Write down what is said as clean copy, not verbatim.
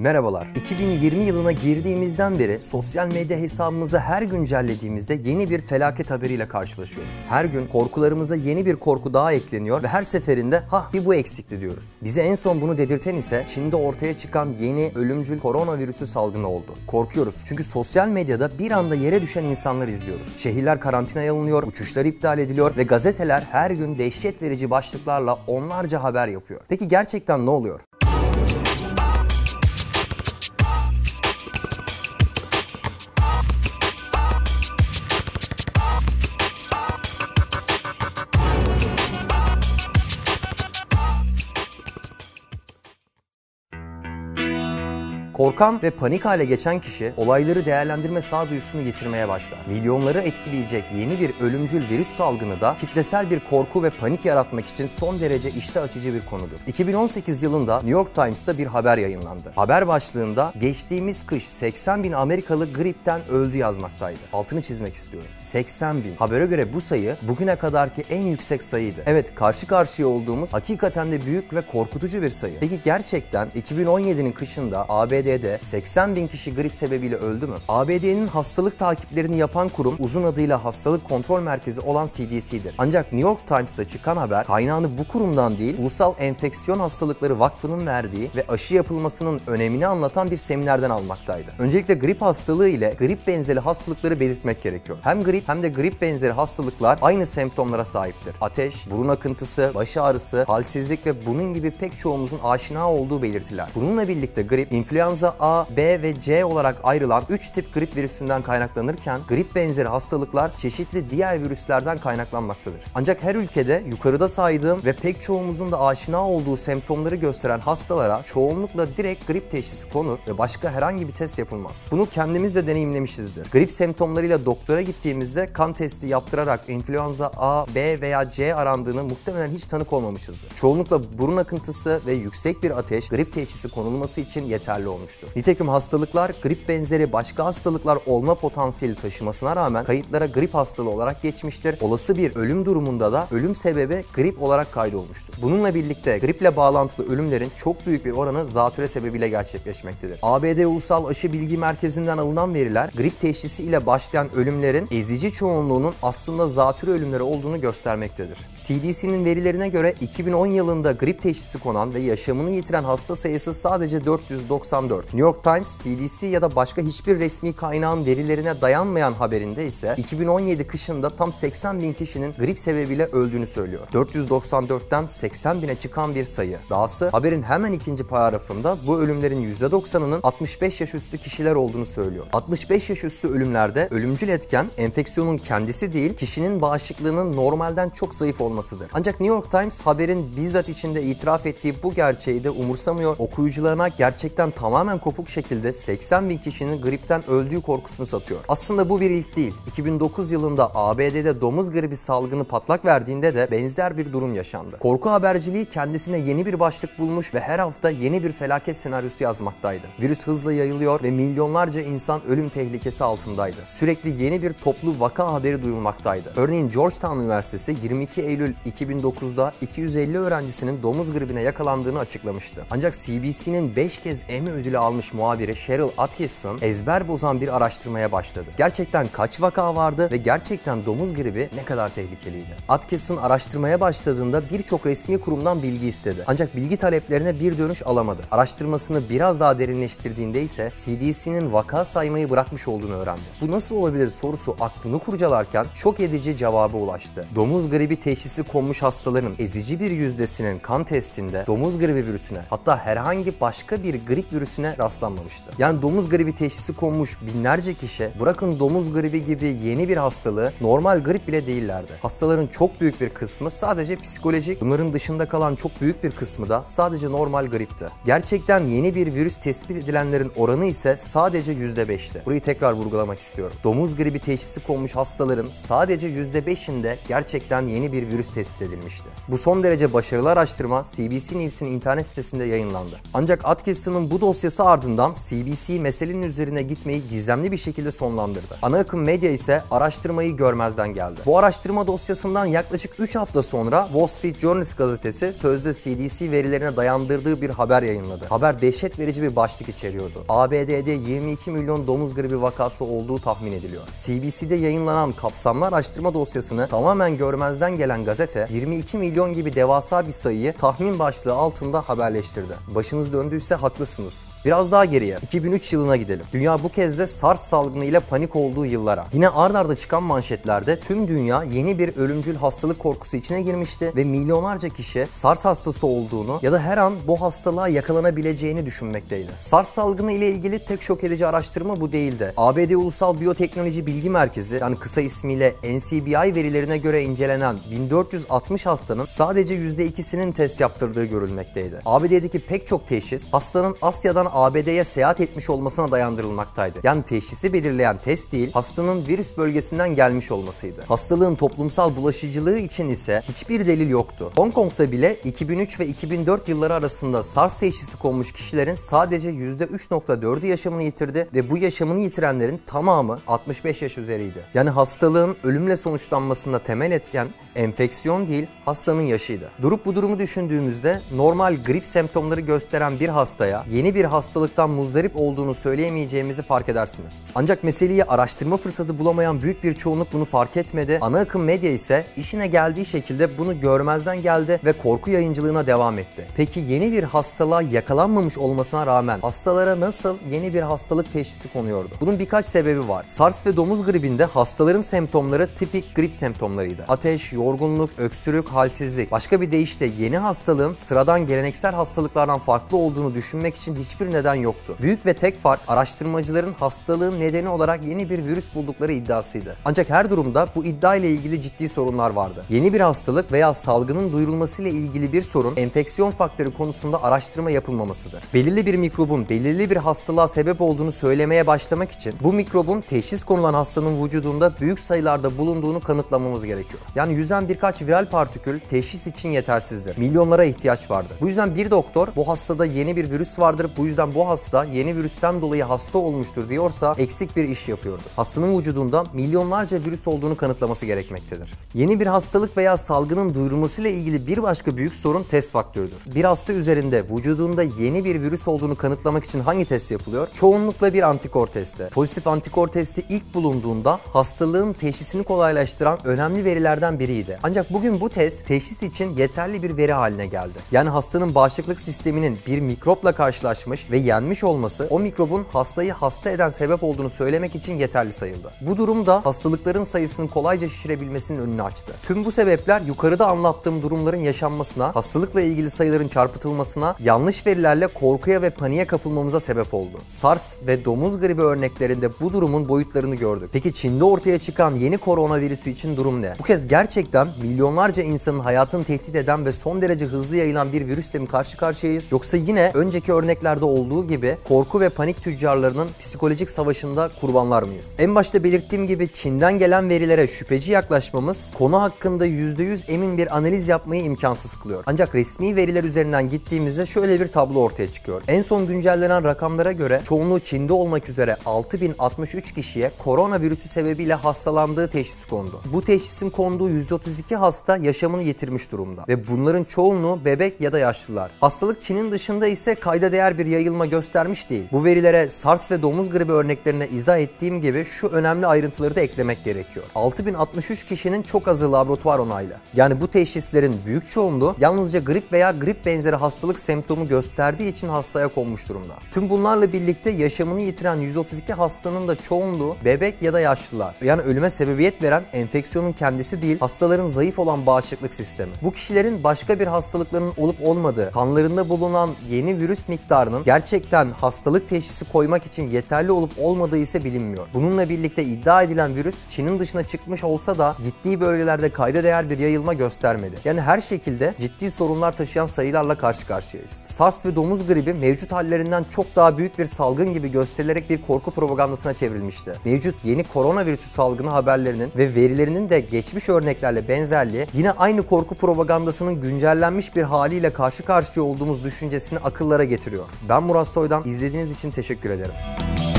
Merhabalar. 2020 yılına girdiğimizden beri sosyal medya hesabımızı her güncellediğimizde yeni bir felaket haberiyle karşılaşıyoruz. Her gün korkularımıza yeni bir korku daha ekleniyor ve her seferinde bir bu eksikti diyoruz. Bize en son bunu dedirten ise Çin'de ortaya çıkan yeni ölümcül koronavirüsü salgını oldu. Korkuyoruz çünkü sosyal medyada bir anda yere düşen insanlar izliyoruz. Şehirler karantinaya alınıyor, uçuşlar iptal ediliyor ve gazeteler her gün dehşet verici başlıklarla onlarca haber yapıyor. Peki gerçekten ne oluyor? Korkan ve panik hale geçen kişi olayları değerlendirme sağduyusunu yitirmeye başlar. Milyonları etkileyecek yeni bir ölümcül virüs salgını da kitlesel bir korku ve panik yaratmak için son derece iştah açıcı bir konudur. 2018 yılında New York Times'ta bir haber yayınlandı. Haber başlığında geçtiğimiz kış 80 bin Amerikalı gripten öldü yazmaktaydı. Altını çizmek istiyorum. 80 bin. Habere göre bu sayı bugüne kadarki en yüksek sayıydı. Evet, karşı karşıya olduğumuz hakikaten de büyük ve korkutucu bir sayı. Peki gerçekten 2017'nin kışında ABD'de 80 bin kişi grip sebebiyle öldü mü? ABD'nin hastalık takiplerini yapan kurum uzun adıyla Hastalık Kontrol Merkezi olan CDC'dir. Ancak New York Times'ta çıkan haber kaynağını bu kurumdan değil, Ulusal Enfeksiyon Hastalıkları Vakfı'nın verdiği ve aşı yapılmasının önemini anlatan bir seminerden almaktaydı. Öncelikle grip hastalığı ile grip benzeri hastalıkları belirtmek gerekiyor. Hem grip hem de grip benzeri hastalıklar aynı semptomlara sahiptir. Ateş, burun akıntısı, baş ağrısı, halsizlik ve bunun gibi pek çoğumuzun aşina olduğu belirtiler. Bununla birlikte grip, influenza A, B ve C olarak ayrılan 3 tip grip virüsünden kaynaklanırken grip benzeri hastalıklar çeşitli diğer virüslerden kaynaklanmaktadır. Ancak her ülkede yukarıda saydığım ve pek çoğumuzun da aşina olduğu semptomları gösteren hastalara çoğunlukla direkt grip teşhisi konur ve başka herhangi bir test yapılmaz. Bunu kendimiz de deneyimlemişizdir. Grip semptomlarıyla doktora gittiğimizde kan testi yaptırarak influenza A, B veya C arandığını muhtemelen hiç tanık olmamışızdır. Çoğunlukla burun akıntısı ve yüksek bir ateş grip teşhisi konulması için yeterli olmuştur. Nitekim hastalıklar grip benzeri başka hastalıklar olma potansiyeli taşımasına rağmen kayıtlara grip hastalığı olarak geçmiştir. Olası bir ölüm durumunda da ölüm sebebi grip olarak kaydolmuştur. Bununla birlikte griple bağlantılı ölümlerin çok büyük bir oranı zatürre sebebiyle gerçekleşmektedir. ABD Ulusal Aşı Bilgi Merkezi'nden alınan veriler grip teşhisi ile başlayan ölümlerin ezici çoğunluğunun aslında zatürre ölümleri olduğunu göstermektedir. CDC'nin verilerine göre 2010 yılında grip teşhisi konan ve yaşamını yitiren hasta sayısı sadece 494. New York Times, CDC ya da başka hiçbir resmi kaynağın verilerine dayanmayan haberinde ise 2017 kışında tam 80 bin kişinin grip sebebiyle öldüğünü söylüyor. 494'ten 80 bine çıkan bir sayı. Dahası haberin hemen ikinci paragrafında bu ölümlerin %90'ının 65 yaş üstü kişiler olduğunu söylüyor. 65 yaş üstü ölümlerde ölümcül etken enfeksiyonun kendisi değil, kişinin bağışıklığının normalden çok zayıf olmasıdır. Ancak New York Times haberin bizzat içinde itiraf ettiği bu gerçeği de umursamıyor, okuyucularına gerçekten tamamen kopuk şekilde 80 bin kişinin gripten öldüğü korkusunu satıyor. Aslında bu bir ilk değil. 2009 yılında ABD'de domuz gribi salgını patlak verdiğinde de benzer bir durum yaşandı. Korku haberciliği kendisine yeni bir başlık bulmuş ve her hafta yeni bir felaket senaryosu yazmaktaydı. Virüs hızla yayılıyor ve milyonlarca insan ölüm tehlikesi altındaydı. Sürekli yeni bir toplu vaka haberi duyulmaktaydı. Örneğin Georgetown Üniversitesi 22 Eylül 2009'da 250 öğrencisinin domuz gribine yakalandığını açıklamıştı. Ancak CBC'nin 5 kez Emmy ödülü almış muhabiri Cheryl Atkinson ezber bozan bir araştırmaya başladı. Gerçekten kaç vaka vardı ve gerçekten domuz gribi ne kadar tehlikeliydi? Atkinson araştırmaya başladığında birçok resmi kurumdan bilgi istedi. Ancak bilgi taleplerine bir dönüş alamadı. Araştırmasını biraz daha derinleştirdiğinde ise CDC'nin vaka saymayı bırakmış olduğunu öğrendi. Bu nasıl olabilir sorusu aklını kurcalarken şok edici cevaba ulaştı. Domuz gribi teşhisi konmuş hastaların ezici bir yüzdesinin kan testinde domuz gribi virüsüne, hatta herhangi başka bir grip virüsüne rastlanmamıştı. Yani domuz gribi teşhisi konmuş binlerce kişi, bırakın domuz gribi gibi yeni bir hastalığı, normal grip bile değillerdi. Hastaların çok büyük bir kısmı sadece psikolojik, bunların dışında kalan çok büyük bir kısmı da sadece normal gripti. Gerçekten yeni bir virüs tespit edilenlerin oranı ise sadece %5'ti. Burayı tekrar vurgulamak istiyorum. Domuz gribi teşhisi konmuş hastaların sadece %5'inde gerçekten yeni bir virüs tespit edilmişti. Bu son derece başarılı araştırma CBC News'in internet sitesinde yayınlandı. Ancak Atkinson'ın bu dosyası dosyası ardından CBC meselenin üzerine gitmeyi gizemli bir şekilde sonlandırdı. Ana akım medya ise araştırmayı görmezden geldi. Bu araştırma dosyasından yaklaşık 3 hafta sonra Wall Street Journal gazetesi sözde CDC verilerine dayandırdığı bir haber yayınladı. Haber dehşet verici bir başlık içeriyordu. ABD'de 22 milyon domuz gribi vakası olduğu tahmin ediliyor. CBC'de yayınlanan kapsamlı araştırma dosyasını tamamen görmezden gelen gazete 22 milyon gibi devasa bir sayıyı tahmin başlığı altında haberleştirdi. Başınız döndüyse haklısınız. Biraz daha geriye 2003 yılına gidelim. Dünya bu kez de SARS salgını ile panik olduğu yıllara. Yine ard arda çıkan manşetlerde tüm dünya yeni bir ölümcül hastalık korkusu içine girmişti ve milyonlarca kişi SARS hastası olduğunu ya da her an bu hastalığa yakalanabileceğini düşünmekteydi. SARS salgını ile ilgili tek şok edici araştırma bu değildi. ABD Ulusal Biyoteknoloji Bilgi Merkezi, yani kısa ismiyle NCBI verilerine göre incelenen 1460 hastanın sadece %2'sinin test yaptırdığı görülmekteydi. ABD'deki pek çok teşhis hastanın Asya'dan ABD'ye seyahat etmiş olmasına dayandırılmaktaydı. Yani teşhisi belirleyen test değil, hastanın virüs bölgesinden gelmiş olmasıydı. Hastalığın toplumsal bulaşıcılığı için ise hiçbir delil yoktu. Hong Kong'da bile 2003 ve 2004 yılları arasında SARS teşhisi konmuş kişilerin sadece %3.4'ü yaşamını yitirdi ve bu yaşamını yitirenlerin tamamı 65 yaş üzeriydi. Yani hastalığın ölümle sonuçlanmasında temel etken enfeksiyon değil, hastanın yaşıydı. Durup bu durumu düşündüğümüzde normal grip semptomları gösteren bir hastaya yeni bir hastalıktan muzdarip olduğunu söyleyemeyeceğimizi fark edersiniz. Ancak meseleyi araştırma fırsatı bulamayan büyük bir çoğunluk bunu fark etmedi. Ana akım medya ise işine geldiği şekilde bunu görmezden geldi ve korku yayıncılığına devam etti. Peki yeni bir hastalığa yakalanmamış olmasına rağmen hastalara nasıl yeni bir hastalık teşhisi konuyordu? Bunun birkaç sebebi var. SARS ve domuz gribinde hastaların semptomları tipik grip semptomlarıydı. Ateş, yorgunluk, öksürük, halsizlik. Başka bir deyişle yeni hastalığın sıradan geleneksel hastalıklardan farklı olduğunu düşünmek için hiçbir neden yoktu. Büyük ve tek fark araştırmacıların hastalığın nedeni olarak yeni bir virüs buldukları iddiasıydı. Ancak her durumda bu iddia ile ilgili ciddi sorunlar vardı. Yeni bir hastalık veya salgının duyurulması ile ilgili bir sorun enfeksiyon faktörü konusunda araştırma yapılmamasıdır. Belirli bir mikrobun belirli bir hastalığa sebep olduğunu söylemeye başlamak için bu mikrobun teşhis konulan hastanın vücudunda büyük sayılarda bulunduğunu kanıtlamamız gerekiyor. Yani yüzen birkaç viral partikül teşhis için yetersizdir. Milyonlara ihtiyaç vardır. Bu yüzden bir doktor bu hastada yeni bir virüs vardır, bu yüzden bu hasta yeni virüsten dolayı hasta olmuştur diyorsa eksik bir iş yapıyordur. Hastanın vücudunda milyonlarca virüs olduğunu kanıtlaması gerekmektedir. Yeni bir hastalık veya salgının duyurulmasıyla ilgili bir başka büyük sorun test faktörüdür. Bir hasta üzerinde vücudunda yeni bir virüs olduğunu kanıtlamak için hangi test yapılıyor? Çoğunlukla bir antikor testi. Pozitif antikor testi ilk bulunduğunda hastalığın teşhisini kolaylaştıran önemli verilerden biriydi. Ancak bugün bu test teşhis için yeterli bir veri haline geldi. Yani hastanın bağışıklık sisteminin bir mikropla karşılaşmış ve yenmiş olması o mikrobun hastayı hasta eden sebep olduğunu söylemek için yeterli sayıldı. Bu durum da hastalıkların sayısını kolayca şişirebilmesinin önünü açtı. Tüm bu sebepler yukarıda anlattığım durumların yaşanmasına, hastalıkla ilgili sayıların çarpıtılmasına, yanlış verilerle korkuya ve paniğe kapılmamıza sebep oldu. SARS ve domuz gribi örneklerinde bu durumun boyutlarını gördük. Peki Çin'de ortaya çıkan yeni koronavirüsü için durum ne? Bu kez gerçekten milyonlarca insanın hayatını tehdit eden ve son derece hızlı yayılan bir virüsle mi karşı karşıyayız? Yoksa yine önceki örneklerde olduğu gibi korku ve panik tüccarlarının psikolojik savaşında kurbanlar mıyız? En başta belirttiğim gibi Çin'den gelen verilere şüpheci yaklaşmamız konu hakkında %100 emin bir analiz yapmayı imkansız kılıyor. Ancak resmi veriler üzerinden gittiğimizde şöyle bir tablo ortaya çıkıyor. En son güncellenen rakamlara göre çoğunluğu Çin'de olmak üzere 6063 kişiye koronavirüsü sebebiyle hastalandığı teşhis kondu. Bu teşhisin konduğu 132 hasta yaşamını yitirmiş durumda ve bunların çoğunluğu bebek ya da yaşlılar. Hastalık Çin'in dışında ise kayda değer bir yayılma göstermiş değil. Bu verilere SARS ve domuz gribi örneklerine izah ettiğim gibi şu önemli ayrıntıları da eklemek gerekiyor. 6063 kişinin çok azı laboratuvar onaylı. Yani bu teşhislerin büyük çoğunluğu yalnızca grip veya grip benzeri hastalık semptomu gösterdiği için hastaya konmuş durumda. Tüm bunlarla birlikte yaşamını yitiren 132 hastanın da çoğunluğu bebek ya da yaşlılar. Yani ölüme sebebiyet veren enfeksiyonun kendisi değil, hastaların zayıf olan bağışıklık sistemi. Bu kişilerin başka bir hastalıklarının olup olmadığı, kanlarında bulunan yeni virüs miktarının gerçekten hastalık teşhisi koymak için yeterli olup olmadığı ise bilinmiyor. Bununla birlikte iddia edilen virüs Çin'in dışına çıkmış olsa da gittiği bölgelerde kayda değer bir yayılma göstermedi. Yani her şekilde ciddi sorunlar taşıyan sayılarla karşı karşıyayız. SARS ve domuz gribi mevcut hallerinden çok daha büyük bir salgın gibi gösterilerek bir korku propagandasına çevrilmişti. Mevcut yeni koronavirüsü salgını haberlerinin ve verilerinin de geçmiş örneklerle benzerliği yine aynı korku propagandasının güncellenmiş bir haliyle karşı karşıya olduğumuz düşüncesini akıllara getiriyor. Ben Ben Murat Soydan. İzlediğiniz için teşekkür ederim.